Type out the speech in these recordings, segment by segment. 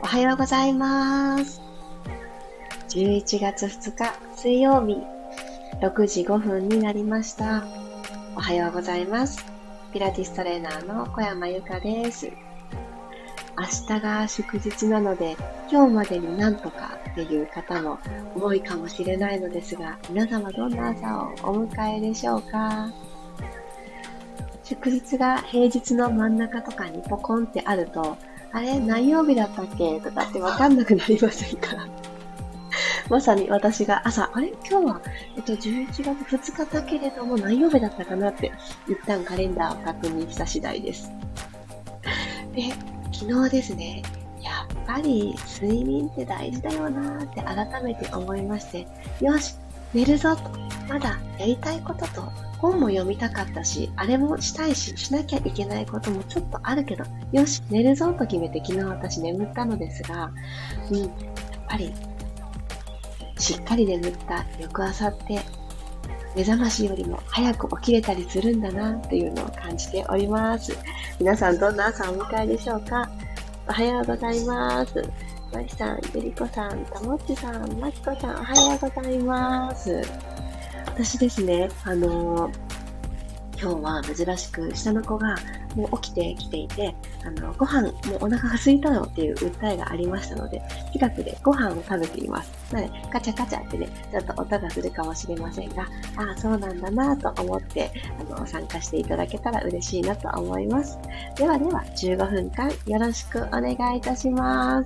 はようございます。11月2日水曜日6時5分になりました。おはようございます。ピラティストレーナーの小山由かです。明日が祝日なので今日までになんとかっていう方も多いかもしれないのですが、皆様どんな朝をお迎えでしょうか？祝日が平日の真ん中とかにポコンってあると、あれ何曜日だったっけとかってわかんなくなりませんか？まさに私が朝、あれ今日は、11月2日だけれども何曜日だったかなって一旦カレンダーを確認した次第です。で、昨日ですね、やっぱり睡眠って大事だよなーって改めて思いまして、よし、寝るぞと、まだやりたいことと本も読みたかったし、あれもしたいし、しなきゃいけないこともちょっとあるけど、よし、寝るぞと決めて昨日私眠ったのですが、やっぱりしっかり眠った翌朝って目覚ましよりも早く起きれたりするんだなっていうのを感じております。皆さんどんな朝をお迎えでしょうか？おはようございます。まきさん、ゆりこさん、たもっちさん、まきこさん、おはようございます。私ですね、今日は珍しく下の子がもう起きてきていて、ご飯、もうお腹が空いたのっていう訴えがありましたので、近くでご飯を食べています。なので、カチャカチャってね、ちょっと音がするかもしれませんが、ああ、そうなんだなと思って、参加していただけたら嬉しいなと思います。では15分間よろしくお願いいたします。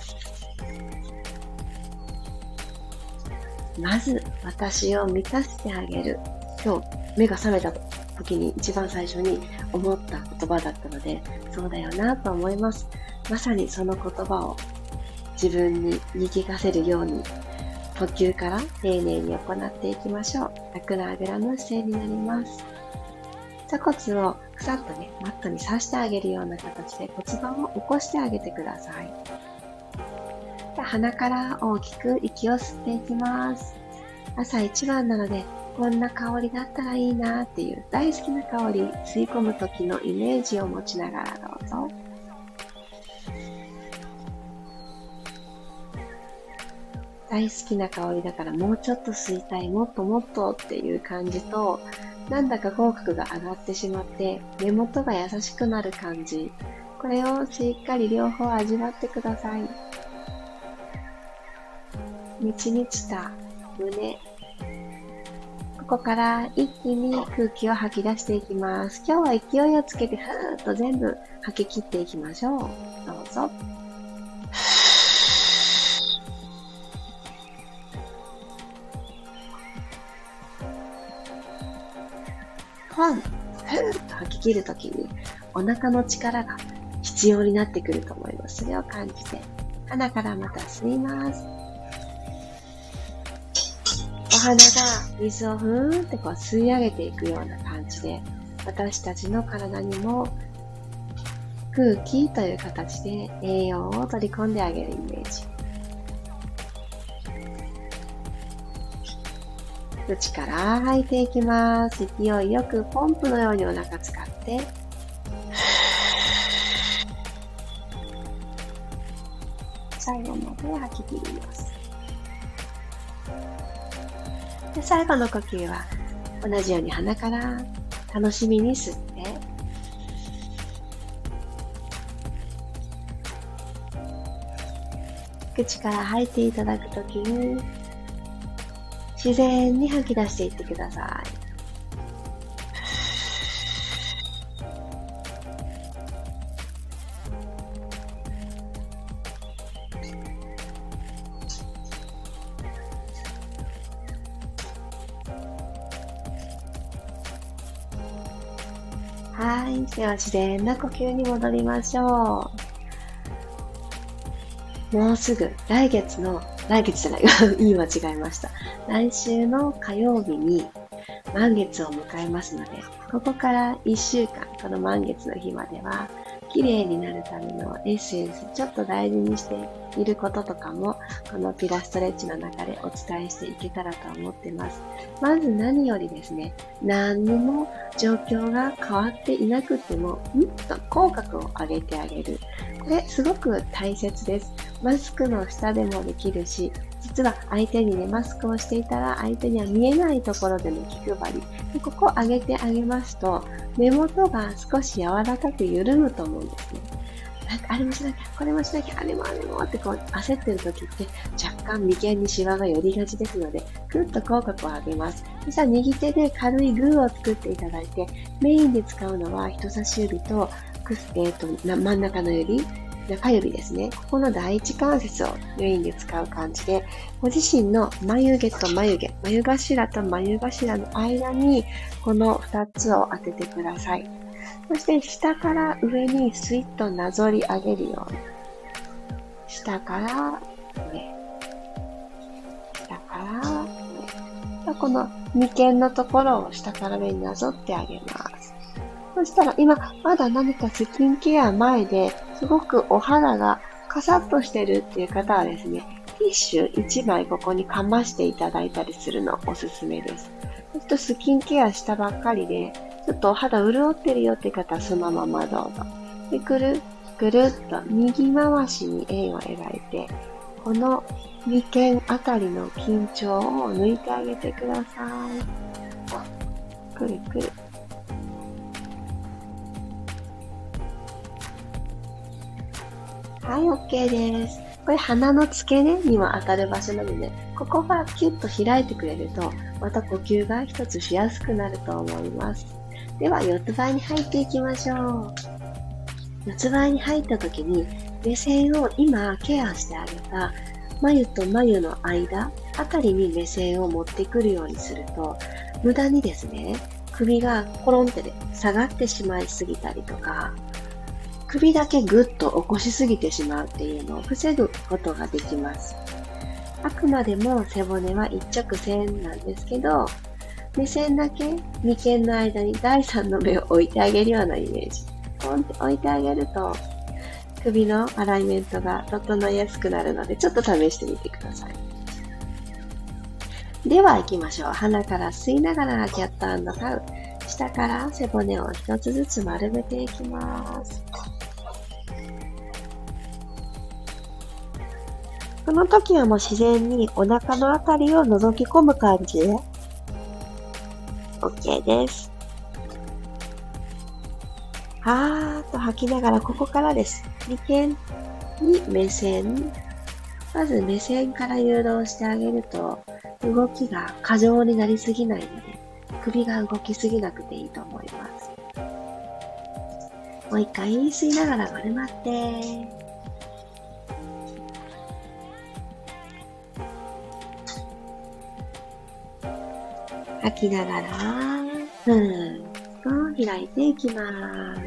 まず、私を満たしてあげる。今日、目が覚めた時に一番最初に思った言葉だったので、そうだよなと思います。まさにその言葉を自分に言い聞かせるように、呼吸から丁寧に行っていきましょう。楽なあぐらの姿勢になります。座骨をふさっとね、マットに刺してあげるような形で骨盤を起こしてあげてください。鼻から大きく息を吸っていきます。朝一番なので、こんな香りだったらいいなっていう大好きな香り、吸い込む時のイメージを持ちながらどうぞ。大好きな香りだからもうちょっと吸いたい、もっともっとっていう感じと、なんだか口角が上がってしまって目元が優しくなる感じ、これをしっかり両方味わってください。満ち満ちた胸、ここから一気に空気を吐き出していきます。今日は勢いをつけてふーっと全部吐き切っていきましょう。どうぞ。ふーっと吐き切るときにお腹の力が必要になってくると思います。それを感じて鼻からまた吸います。お花が水をふーんって吸い上げていくような感じで、私たちの体にも空気という形で栄養を取り込んであげるイメージ。口から吐いていきます。勢いよくポンプのようにお腹使って最後まで吐き切ります。で、最後の呼吸は同じように鼻から楽しみに吸って、口から吐いていただくときに自然に吐き出していってください。はい。では自然な呼吸に戻りましょう。もうすぐ来月じゃない言い間違えました。来週の火曜日に満月を迎えますので、ここから1週間、この満月の日までは綺麗になるためのエッセンス、ちょっと大事にしていることとかも、このピラストレッチの中でお伝えしていけたらと思ってます。まず何よりですね、何にも状況が変わっていなくても、と口角を上げてあげる。これすごく大切です。マスクの下でもできるし、実は相手にね、マスクをしていたら相手には見えないところでの気配り。でここを上げてあげますと、目元が少し柔らかく緩むと思うんですね。なんかあれもしなきゃ、これもしなきゃ、あれもってこう焦ってる時って若干眉間にシワが寄りがちですので、ぐっと口角を上げます。そしたら右手で軽いグーを作っていただいて、メインで使うのは人差し指と、真ん中の指、中指ですね。ここの第一関節をメインで使う感じで、ご自身の眉毛と眉毛、眉頭と眉頭の間にこの2つを当ててください。そして下から上にスイッとなぞり上げるように。下から上。下から上。この眉間のところを下から上になぞってあげます。そしたら今まだ何かスキンケア前ですごくお肌がカサッとしてるっていう方はですね、ティッシュ1枚ここにかましていただいたりするのおすすめです。ちょっとスキンケアしたばっかりで、ちょっとお肌潤ってるよって方はそのままどうぞ。で、くるっと右回しに円を描いて、この眉間あたりの緊張を抜いてあげてください。くるくる。はい、OK です。これ鼻の付け根にも当たる場所なので、ここがキュッと開いてくれると、また呼吸が一つしやすくなると思います。では、四つ倍に入っていきましょう。四つ倍に入った時に、目線を今ケアしてあげた眉と眉の間あたりに目線を持ってくるようにすると、無駄にですね、首がコロンってで下がってしまいすぎたりとか、首だけぐっと起こしすぎてしまうっていうのを防ぐことができます。あくまでも背骨は一直線なんですけど、目線だけ眉間の間に第三の目を置いてあげるようなイメージ。ポンって置いてあげると、首のアライメントが整いやすくなるので、ちょっと試してみてください。では行きましょう。鼻から吸いながらキャット&カウ。下から背骨を一つずつ丸めていきます。この時はもう自然にお腹のあたりを覗き込む感じで OK です。はーっと吐きながらここからです。眉間に目線。まず目線から誘導してあげると動きが過剰になりすぎないので首が動きすぎなくていいと思います。もう一回吸いながら丸まって。吐きながら、開いていきます。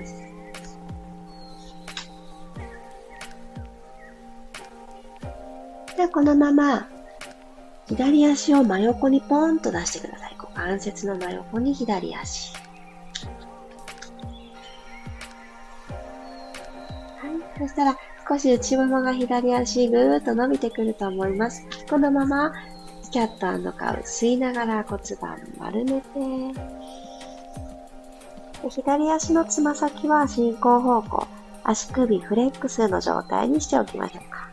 ではこのまま、左足を真横にポンと出してください。股関節の真横に左足。はい。そしたら、少し内ももが左足ぐーっと伸びてくると思います。このまま、キャット&カウ。吸いながら骨盤丸めて。左足のつま先は進行方向。足首フレックスの状態にしておきましょうか。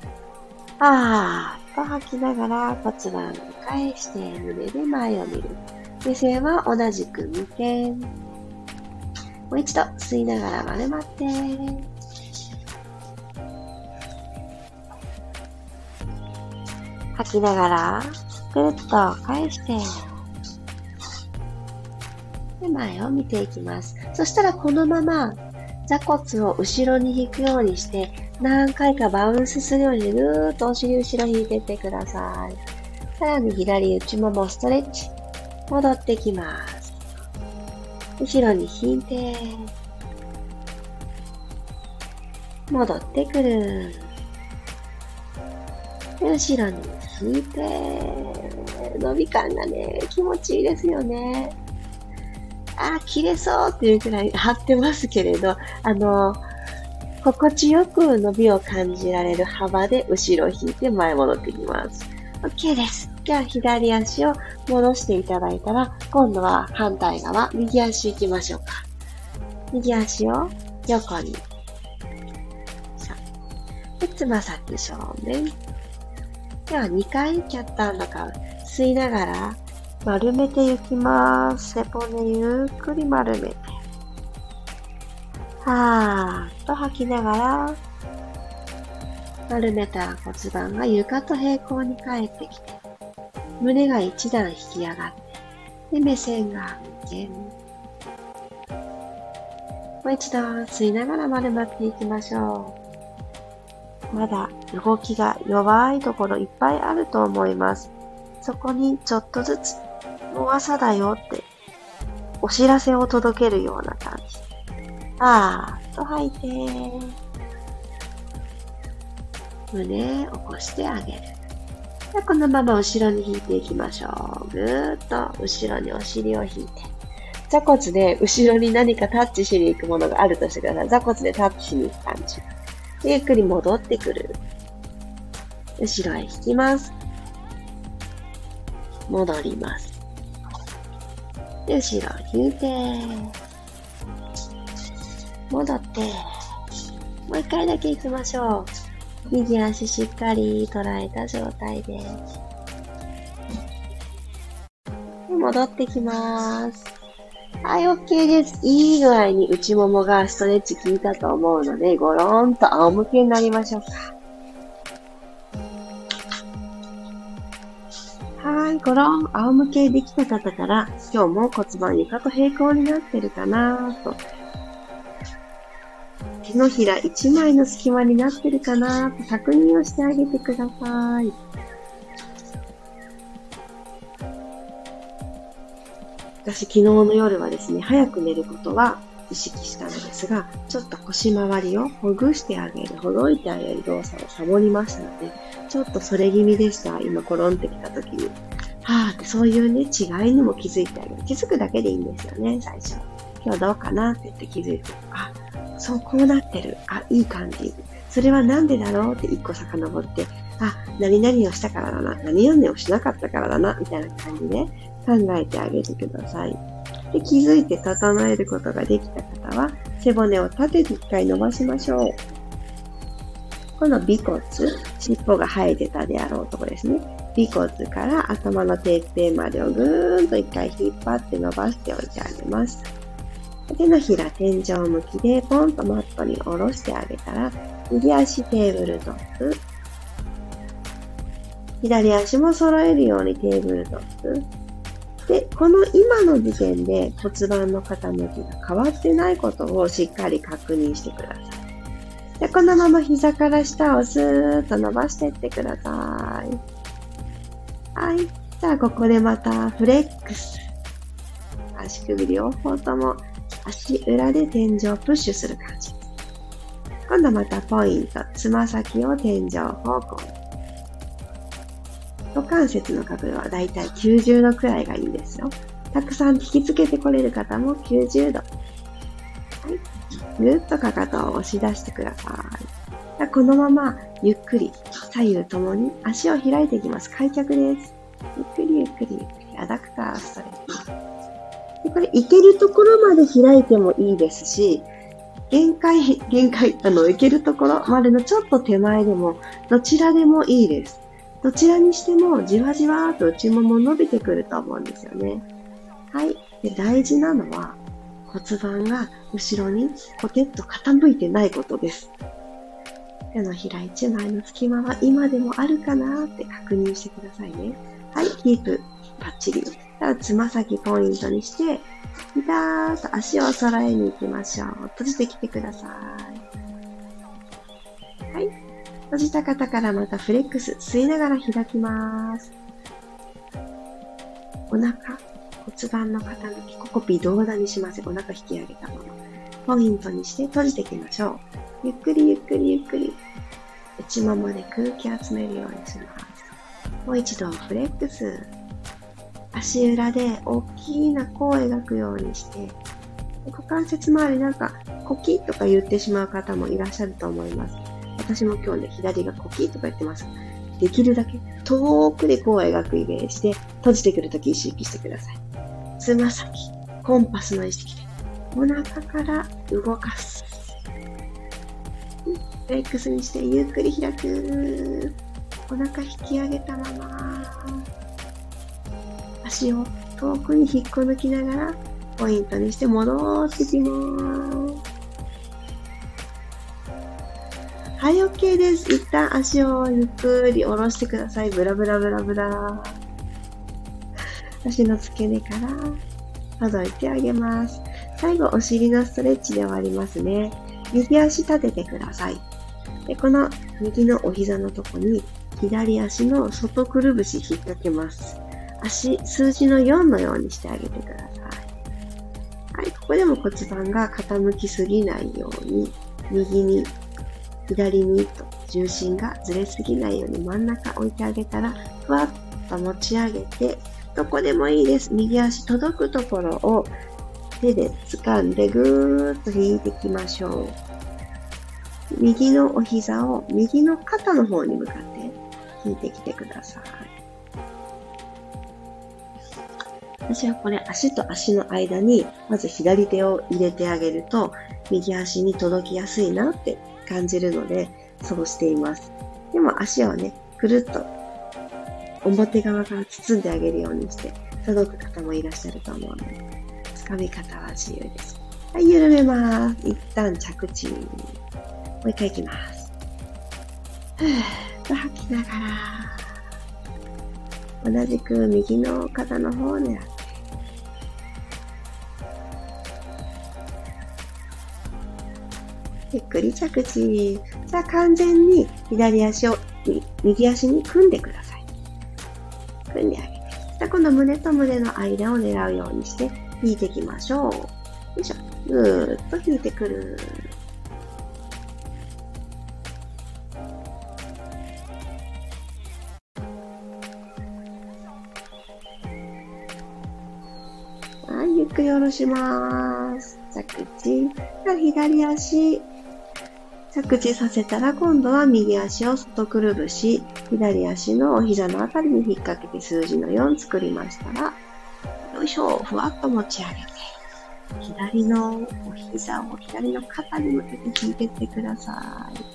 吐きながら骨盤を返して胸で前を見る。目線は同じく眉間。もう一度吸いながら丸まって。吐きながらぐるっと返して、で前を見ていきます。そしたらこのまま座骨を後ろに引くようにして何回かバウンスするようにぐーっとお尻後ろ引いていってください。さらに左内ももストレッチ。戻ってきます。後ろに引いて、戻ってくる。で後ろに引いて、伸び感がね、気持ちいいですよね。切れそうっていうくらい張ってますけれど、 心地よく伸びを感じられる幅で後ろ引いて前戻ってきます。OK です。じゃあ左足を戻していただいたら、今度は反対側、右足行きましょうか。右足を横に。で、つま先正面。では2回キャット&カウ。吸いながら丸めていきます。背骨ゆっくり丸めて。はーっと吐きながら、丸めた骨盤が床と平行に返ってきて、胸が一段引き上がって、で、目線が前。もう一度吸いながら丸まっていきましょう。まだ動きが弱いところいっぱいあると思います。そこにちょっとずつ、もう朝だよって、お知らせを届けるような感じ。あーっと吐いて、胸を起こしてあげる。でこのまま後ろに引いていきましょう。ぐーっと後ろにお尻を引いて。座骨で後ろに何かタッチしに行くものがあるとしてください。座骨でタッチしに行く感じ。でゆっくり戻ってくる。後ろへ引きます。戻ります。で後ろ引いて、戻って、もう一回だけ行きましょう。右足しっかり捉えた状態で。戻ってきます。はい、OK です。いい具合に内ももがストレッチ効いたと思うので、ゴロンと仰向けになりましょうか。はい、ゴロン、仰向けできた方から、今日も骨盤床と平行になってるかなと。手のひら一枚の隙間になってるかなと確認をしてあげてください。私昨日の夜はですね、早く寝ることは意識したのですが、ちょっと腰回りをほぐしてあげる、ほどいてあげる動作をサボりましたので、ちょっとそれ気味でした。今転んできた時に。はぁってそういうね、違いにも気づいてあげる。気づくだけでいいんですよね、最初。今日どうかなって言って気づいて、あ、そうこうなってる。あ、いい感じ。それはなんでだろうって一個遡って、あ、何々をしたからだな、何々をしなかったからだな、みたいな感じで考えてあげてください。で、気づいて整えることができた方は、背骨を立てて一回伸ばしましょう。この尾骨、尻尾が生えてたであろうところですね。尾骨から頭のてっぺんまでをぐーんと一回引っ張って伸ばしておいてあげます。手のひら天井向きでポンとマットに下ろしてあげたら、右足テーブルトップ。左足も揃えるようにテーブルトップ。で、この今の時点で骨盤の傾きが変わってないことをしっかり確認してください。で、このまま膝から下をスーッと伸ばしていってください。はい。じゃあここでまたフレックス。足首両方とも足裏で天井プッシュする感じ。今度またポイント。つま先を天井方向に。股関節の角度はだいたい90度くらいがいいですよ。たくさん引きつけてこれる方も90度。はい。ぐっとかかとを押し出してください。このままゆっくり左右ともに足を開いていきます。開脚です。ゆっくりゆっくりゆっくりアダクターストレッチ。でこれいけるところまで開いてもいいですし、限界、いけるところまでのちょっと手前でもどちらでもいいです。どちらにしてもじわじわーと内もも伸びてくると思うんですよね。はい。で大事なのは骨盤が後ろにコテッと傾いてないことです。手のひら一枚の隙間は今でもあるかなーって確認してくださいね。はい、キープバッチリ。つま先ポイントにして、ピターッと足を揃えに行きましょう。閉じてきてください。はい。閉じた方からまたフレックス、吸いながら開きます。お腹、骨盤の傾き、ここ微動だにしません。お腹引き上げたまま。ポイントにして閉じていきましょう。ゆっくりゆっくりゆっくり。内ももで空気集めるようにします。もう一度フレックス。足裏で大きな弧を描くようにして、股関節周りなんかコキとか言ってしまう方もいらっしゃると思います。私も今日ね、左がコキとか言ってます。できるだけ遠くで弧を描くイメージで、閉じてくるとき意識してください。つま先、コンパスの意識で、お腹から動かす。フレックスにしてゆっくり開く。お腹引き上げたまま。足を遠くに引っこ抜きながら、ポイントにして戻ってきます。はい、OK です。一旦足をゆっくり下ろしてください。ブラブラブラブラ。足の付け根から届いてあげます。最後、お尻のストレッチで終わりますね。右足立ててください。で、この右のお膝のとこに左足の外くるぶし引っ掛けます。足、数字の4のようにしてあげてください。はい、ここでも骨盤が傾きすぎないように、右に、左にと重心がずれすぎないように真ん中置いてあげたら、ふわっと持ち上げて、どこでもいいです。右足届くところを手で掴んでぐーっと引いていきましょう。右のお膝を右の肩の方に向かって引いてきてください。私はこれ足と足の間にまず左手を入れてあげると右足に届きやすいなって感じるのでそうしています。でも足をね、くるっと表側から包んであげるようにして届く方もいらっしゃると思うので、掴み方は自由です。はい、緩めます。一旦着地。もう一回いきます。ふーっと吐きながら、同じく右の肩の方を狙って、ゆっくり着地。じゃあ完全に左足を右足に組んでください。組んであげて。じゃあ今度胸と胸の間を狙うようにして引いていきましょう。よいしょ。ぐーっと引いてくる。はい、ゆっくり下ろします。着地。左足。着地させたら今度は右足を外くるぶし、左足のお膝のあたりに引っ掛けて数字の4作りましたら、よいしょ、ふわっと持ち上げて、左のお膝を左の肩に向けて引いていってください。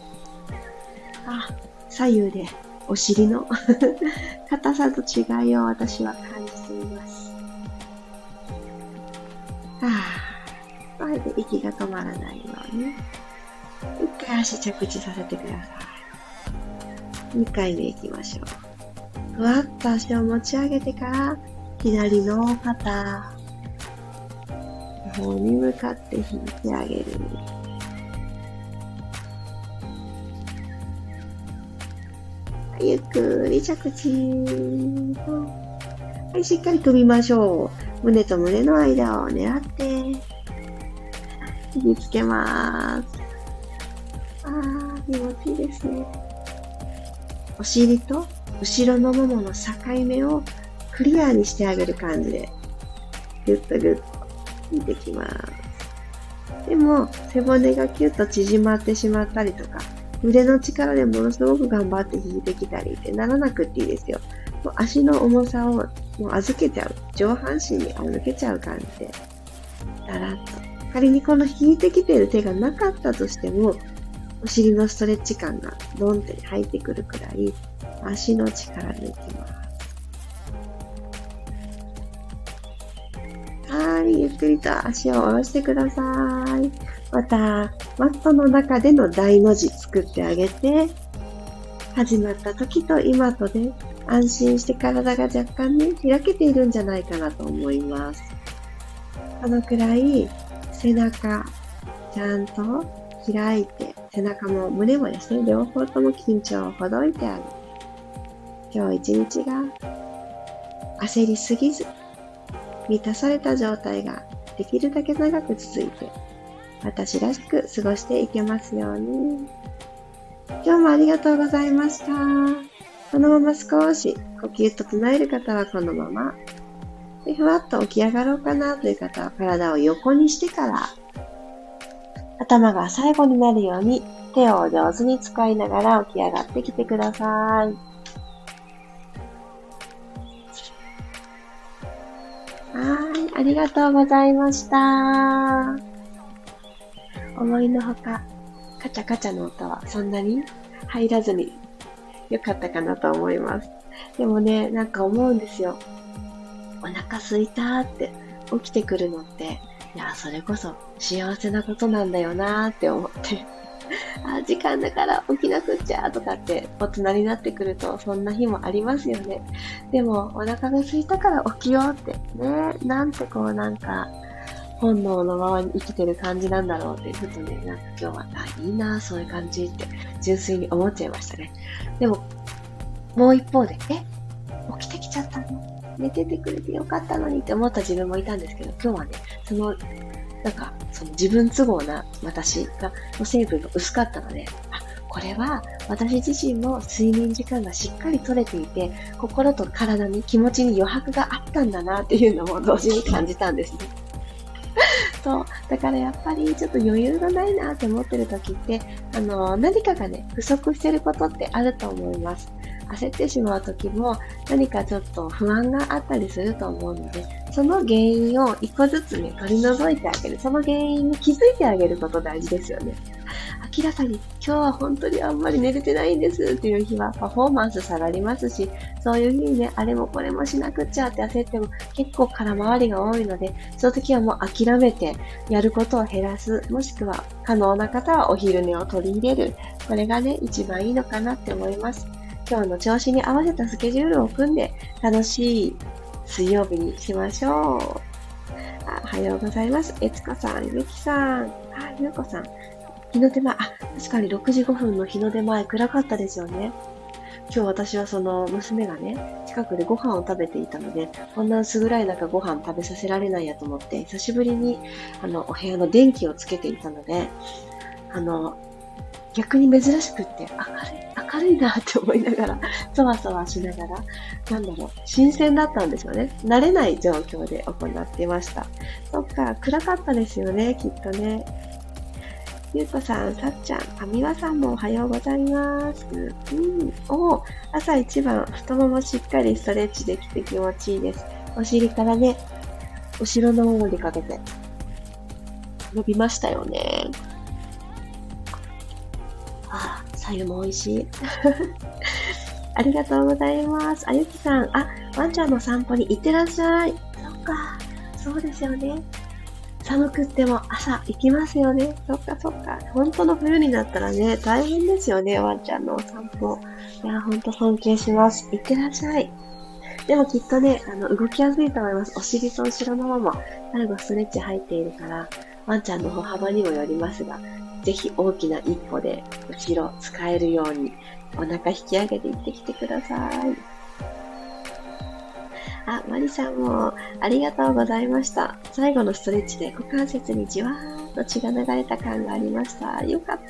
左右でお尻の硬さと違いを私は感じています。あえて息が止まらないように。一回足着地させてください。2回目いきましょう。ふわっと足を持ち上げてから、左の肩の方に向かって引いてあげる。ゆっくり着地。はい、しっかり組みましょう。胸と胸の間を狙って、引きつけます。気持ちいいですね。お尻と後ろのももの境目をクリアにしてあげる感じで、ぐっとぐっと引いてきます。でも、背骨がキュッと縮まってしまったりとか、腕の力でものすごく頑張って引いてきたりってならなくていいですよ。もう足の重さをもう預けちゃう。上半身に預けちゃう感じで、だらっと。仮にこの引いてきている手がなかったとしても、お尻のストレッチ感がドンって入ってくるくらい、足の力抜きます。はい、ゆっくりと足を下ろしてください。また、マットの中での大の字作ってあげて、始まった時と今とで安心して体が若干ね、開けているんじゃないかなと思います。このくらい背中、ちゃんと開いて、背中も胸もですね、両方とも緊張をほどいてあげて、今日一日が焦りすぎず、満たされた状態ができるだけ長く続いて、私らしく過ごしていけますように。今日もありがとうございました。このまま少し呼吸整える方はこのまま。でふわっと起き上がろうかなという方は体を横にしてから頭が最後になるように手を上手に使いながら起き上がってきてください。ありがとうございました。思いのほか、カチャカチャの音はそんなに入らずによかったかなと思います。でもね、なんか思うんですよ。お腹空いたって起きてくるのって、いや、それこそ幸せなことなんだよなーって思って。時間だから起きなくっちゃとかって大人になってくるとそんな日もありますよね。でもお腹が空いたから起きようってね、なんてこうなんか本能のままに生きてる感じなんだろうってふとね、なんか今日はいいなそういう感じって純粋に思っちゃいましたね。でももう一方で起きてきちゃったの、寝ててくれてよかったのにって思った自分もいたんですけど、今日はねその自分都合な私の成分が薄かったので、これは私自身も睡眠時間がしっかり取れていて、心と体に気持ちに余白があったんだなっていうのも同時に感じたんですね。そう。だからやっぱりちょっと余裕がないなって思ってる時って、何かがね、不足してることってあると思います。焦ってしまう時も何かちょっと不安があったりすると思うので、その原因を一個ずつね、取り除いてあげる。その原因に気づいてあげること大事ですよね。明らかに今日は本当にあんまり寝れてないんですっていう日はパフォーマンス下がりますし、そういう日にね、あれもこれもしなくっちゃって焦っても結構空回りが多いので、その時はもう諦めてやることを減らす、もしくは可能な方はお昼寝を取り入れる。これがね、一番いいのかなって思います。今日の調子に合わせたスケジュールを組んで楽しい水曜日にしましょう。おはようございます。えつこさん、ゆきさん、ゆうこさん。日の出前、確かに6時5分の日の出前暗かったですよね。今日私はその娘がね、近くでご飯を食べていたので、こんな薄暗い中ご飯食べさせられないやと思って、久しぶりにお部屋の電気をつけていたので、逆に珍しくって明るいなって思いながら、そわそわしながら、新鮮だったんですよね。慣れない状況で行っていました。そっか、暗かったですよね、きっとね。ゆうこさん、さっちゃん、あみわさんもおはようございます。朝一番、太ももしっかりストレッチできて気持ちいいです。お尻からね、後ろの方にかけて、伸びましたよね。白湯も美味しい。ありがとうございます。ゆきさん、ワンちゃんの散歩に行ってらっしゃい。そっか、そうですよね。寒くっても朝行きますよね。そっか。本当の冬になったらね、大変ですよね、ワンちゃんのお散歩。いや、本当尊敬します。行ってらっしゃい。でもきっとね、動きやすいと思います。お尻と後ろのもも、最後ストレッチ入っているから、ワンちゃんの歩幅にもよりますが、ぜひ大きな一歩で後ろ使えるようにお腹引き上げていってきてください。マリさんもありがとうございました。最後のストレッチで股関節にじわーっと血が流れた感がありました。よかった。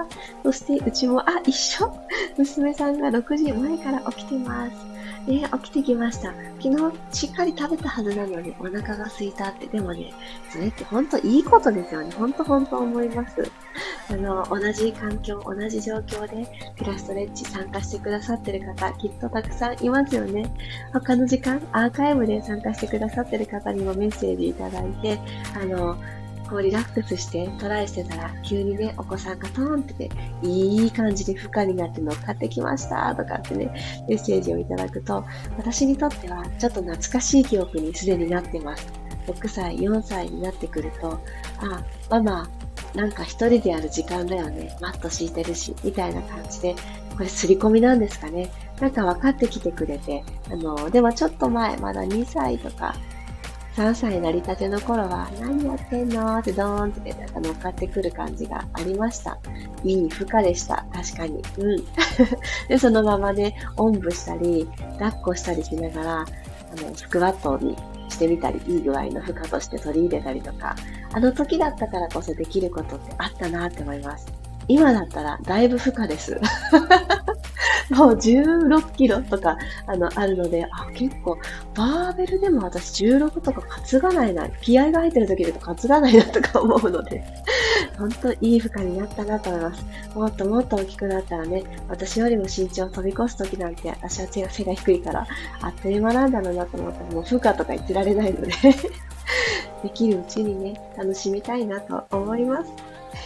そしてうちも、一緒。娘さんが6時前から起きてます。起きてきました。昨日しっかり食べたはずなのにお腹が空いたって。でもね、それって本当いいことですよね。本当思います。同じ環境、同じ状況でピラストレッチ参加してくださってる方、きっとたくさんいますよね。他の時間、アーカイブで参加してくださってる方にもメッセージいただいて、リラックスしてトライしてたら、急にね、お子さんがトーンっていい感じで負荷になって乗っかってきましたとかってね、メッセージをいただくと、私にとってはちょっと懐かしい記憶にすでになってます。6歳、4歳になってくると、ママ、なんか一人でやる時間だよね。マット敷いてるし、みたいな感じで、これ刷り込みなんですかね。なんか分かってきてくれて、でもちょっと前、まだ2歳とか、3歳なりたての頃は、何やってんのってドーンって乗っかってくる感じがありました。いい負荷でした。確かに。で、そのままね、おんぶしたり、抱っこしたりしながら、スクワットにしてみたり、いい具合の負荷として取り入れたりとか、あの時だったからこそできることってあったなって思います。今だったらだいぶ負荷です。 もう16キロとか、あるので、結構、バーベルでも私16とか担がないな。気合が入ってる時でも担がないなとか思うので、本当いい負荷になったなと思います。もっともっと大きくなったらね、私よりも身長を飛び越す時なんて、私は背が低いから、あっという間なんだろうなと思ったら、もう負荷とか言ってられないので、できるうちにね、楽しみたいなと思います。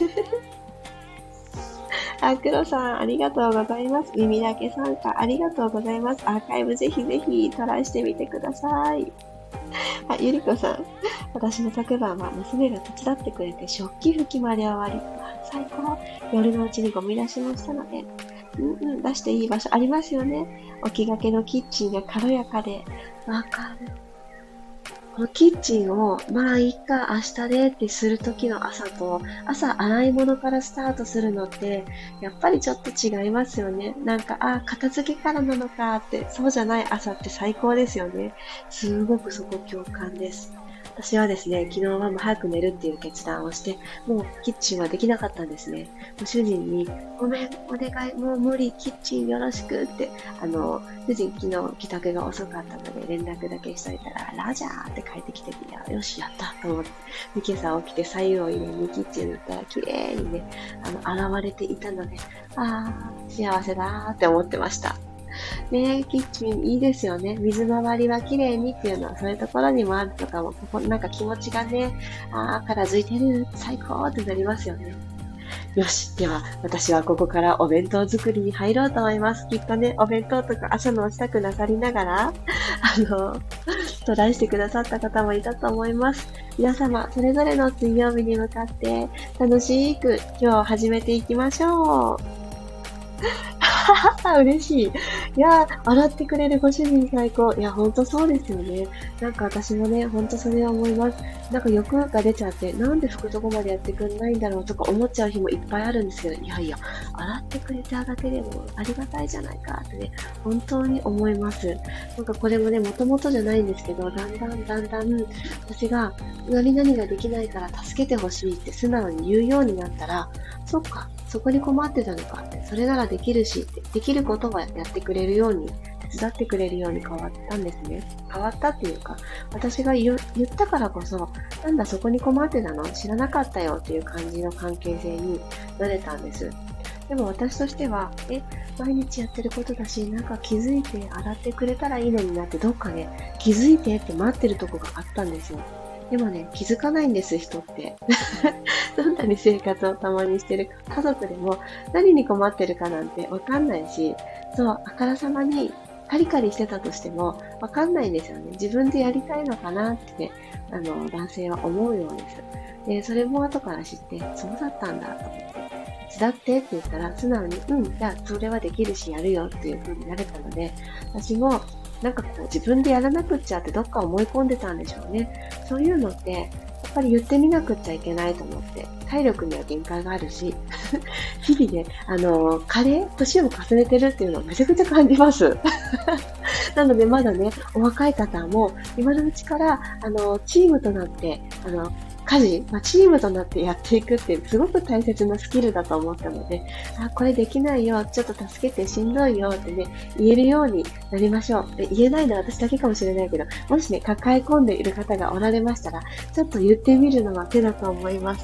黒さん、ありがとうございます。耳だけ参加、ありがとうございます。アーカイブぜひぜひトライしてみてください。ゆりこさん、私の昨晩は娘が手伝ってくれて食器拭きまで終わり、最高。夜のうちにゴミ出しもしたので、出していい場所ありますよね。起きがけのキッチンが軽やかで、わかる。このキッチンを、まあいいか、明日でってする時の朝と、朝洗い物からスタートするのって、やっぱりちょっと違いますよね。なんか、片付けからなのかって、そうじゃない朝って最高ですよね。すごくそこ共感です。私はですね、昨日はもう早く寝るっていう決断をして、もうキッチンはできなかったんですね。もう主人に、ごめん、お願い、もう無理、キッチンよろしくって、主人昨日帰宅が遅かったので連絡だけしといたら、ラジャーって帰ってきてて、よし、やったと思って、で今朝起きて左右を入れにキッチンに行ったら綺麗にね、現れていたので、幸せだーって思ってました。ね、キッチンいいですよね。水回りは綺麗にっていうのはそういうところにもあるとかも、なんか気持ちがね、片付いてる、最高ってなりますよね。よし。では、私はここからお弁当作りに入ろうと思います。きっとね、お弁当とか朝の支度なさりながら、トライしてくださった方もいたと思います。皆様、それぞれの水曜日に向かって、楽しく今日始めていきましょう。嬉しい。いやー、洗ってくれるご主人最高。いや、ほんとそうですよね。なんか私もね、ほんとそれは思います。なんか欲が出ちゃって、なんで服とこまでやってくんないんだろうとか思っちゃう日もいっぱいあるんですけど、いやいや、洗ってくれただけでもありがたいじゃないかってね、本当に思います。なんかこれもね、もともとじゃないんですけど、だんだん、私が何々ができないから助けてほしいって素直に言うようになったら、そっか、そこに困ってたのかって、それならできるしって、できることはやってくれるように、手伝ってくれるように変わったんですね。変わったっていうか、私が言ったからこそ、なんだそこに困ってたの知らなかったよっていう感じの関係性になれたんです。でも私としては、毎日やってることだし、なんか気づいて洗ってくれたらいいのになってどっかね、気づいてって待ってるとこがあったんですよ。でもね、気づかないんです、人って。どんなに生活を共にしてる家族でも何に困ってるかなんてわかんないし、そう、あからさまにカリカリしてたとしてもわかんないんですよね。自分でやりたいのかなって、男性は思うようです。で、それも後から知って、そうだったんだと思って。手伝ってって言ったら素直に、じゃあそれはできるしやるよっていう風になれたので、私もなんかこう自分でやらなくっちゃってどっか思い込んでたんでしょうね。そういうのって、やっぱり言ってみなくっちゃいけないと思って、体力には限界があるし、日々ね、年を重ねてるっていうのをめちゃくちゃ感じます。なのでまだね、お若い方も今のうちから、チームとなって、家事、チームとなってやっていくってすごく大切なスキルだと思ったので、これできないよ、ちょっと助けてしんどいよってね、言えるようになりましょう。で言えないのは私だけかもしれないけど、もしね、抱え込んでいる方がおられましたら、ちょっと言ってみるのは手だと思います。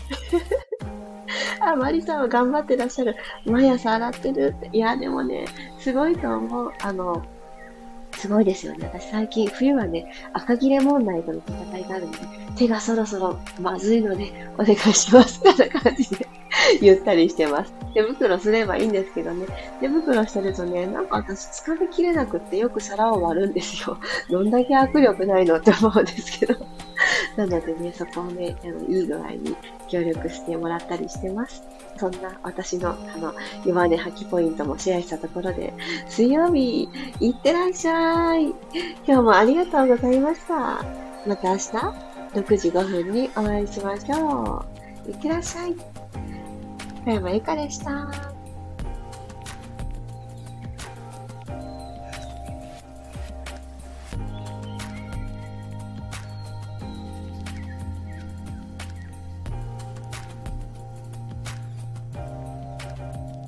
マリさんは頑張ってらっしゃる。毎朝洗ってるって。いや、でもね、すごいと思う。すごいですよね。私最近、冬はね、赤切れ問題との戦いがあるんで、手がそろそろまずいので、お願いします。みたいな感じで言ったりしてます。手袋すればいいんですけどね。手袋してるとね、なんか私掴みきれなくってよく皿を割るんですよ。どんだけ握力ないのって思うんですけど。なのでね、そこをね、いい具合に協力してもらったりしてます。そんな私の、弱音吐きポイントもシェアしたところで、水曜日、いってらっしゃい。今日もありがとうございました。また明日、6時5分にお会いしましょう。いってらっしゃい。小山由かでした。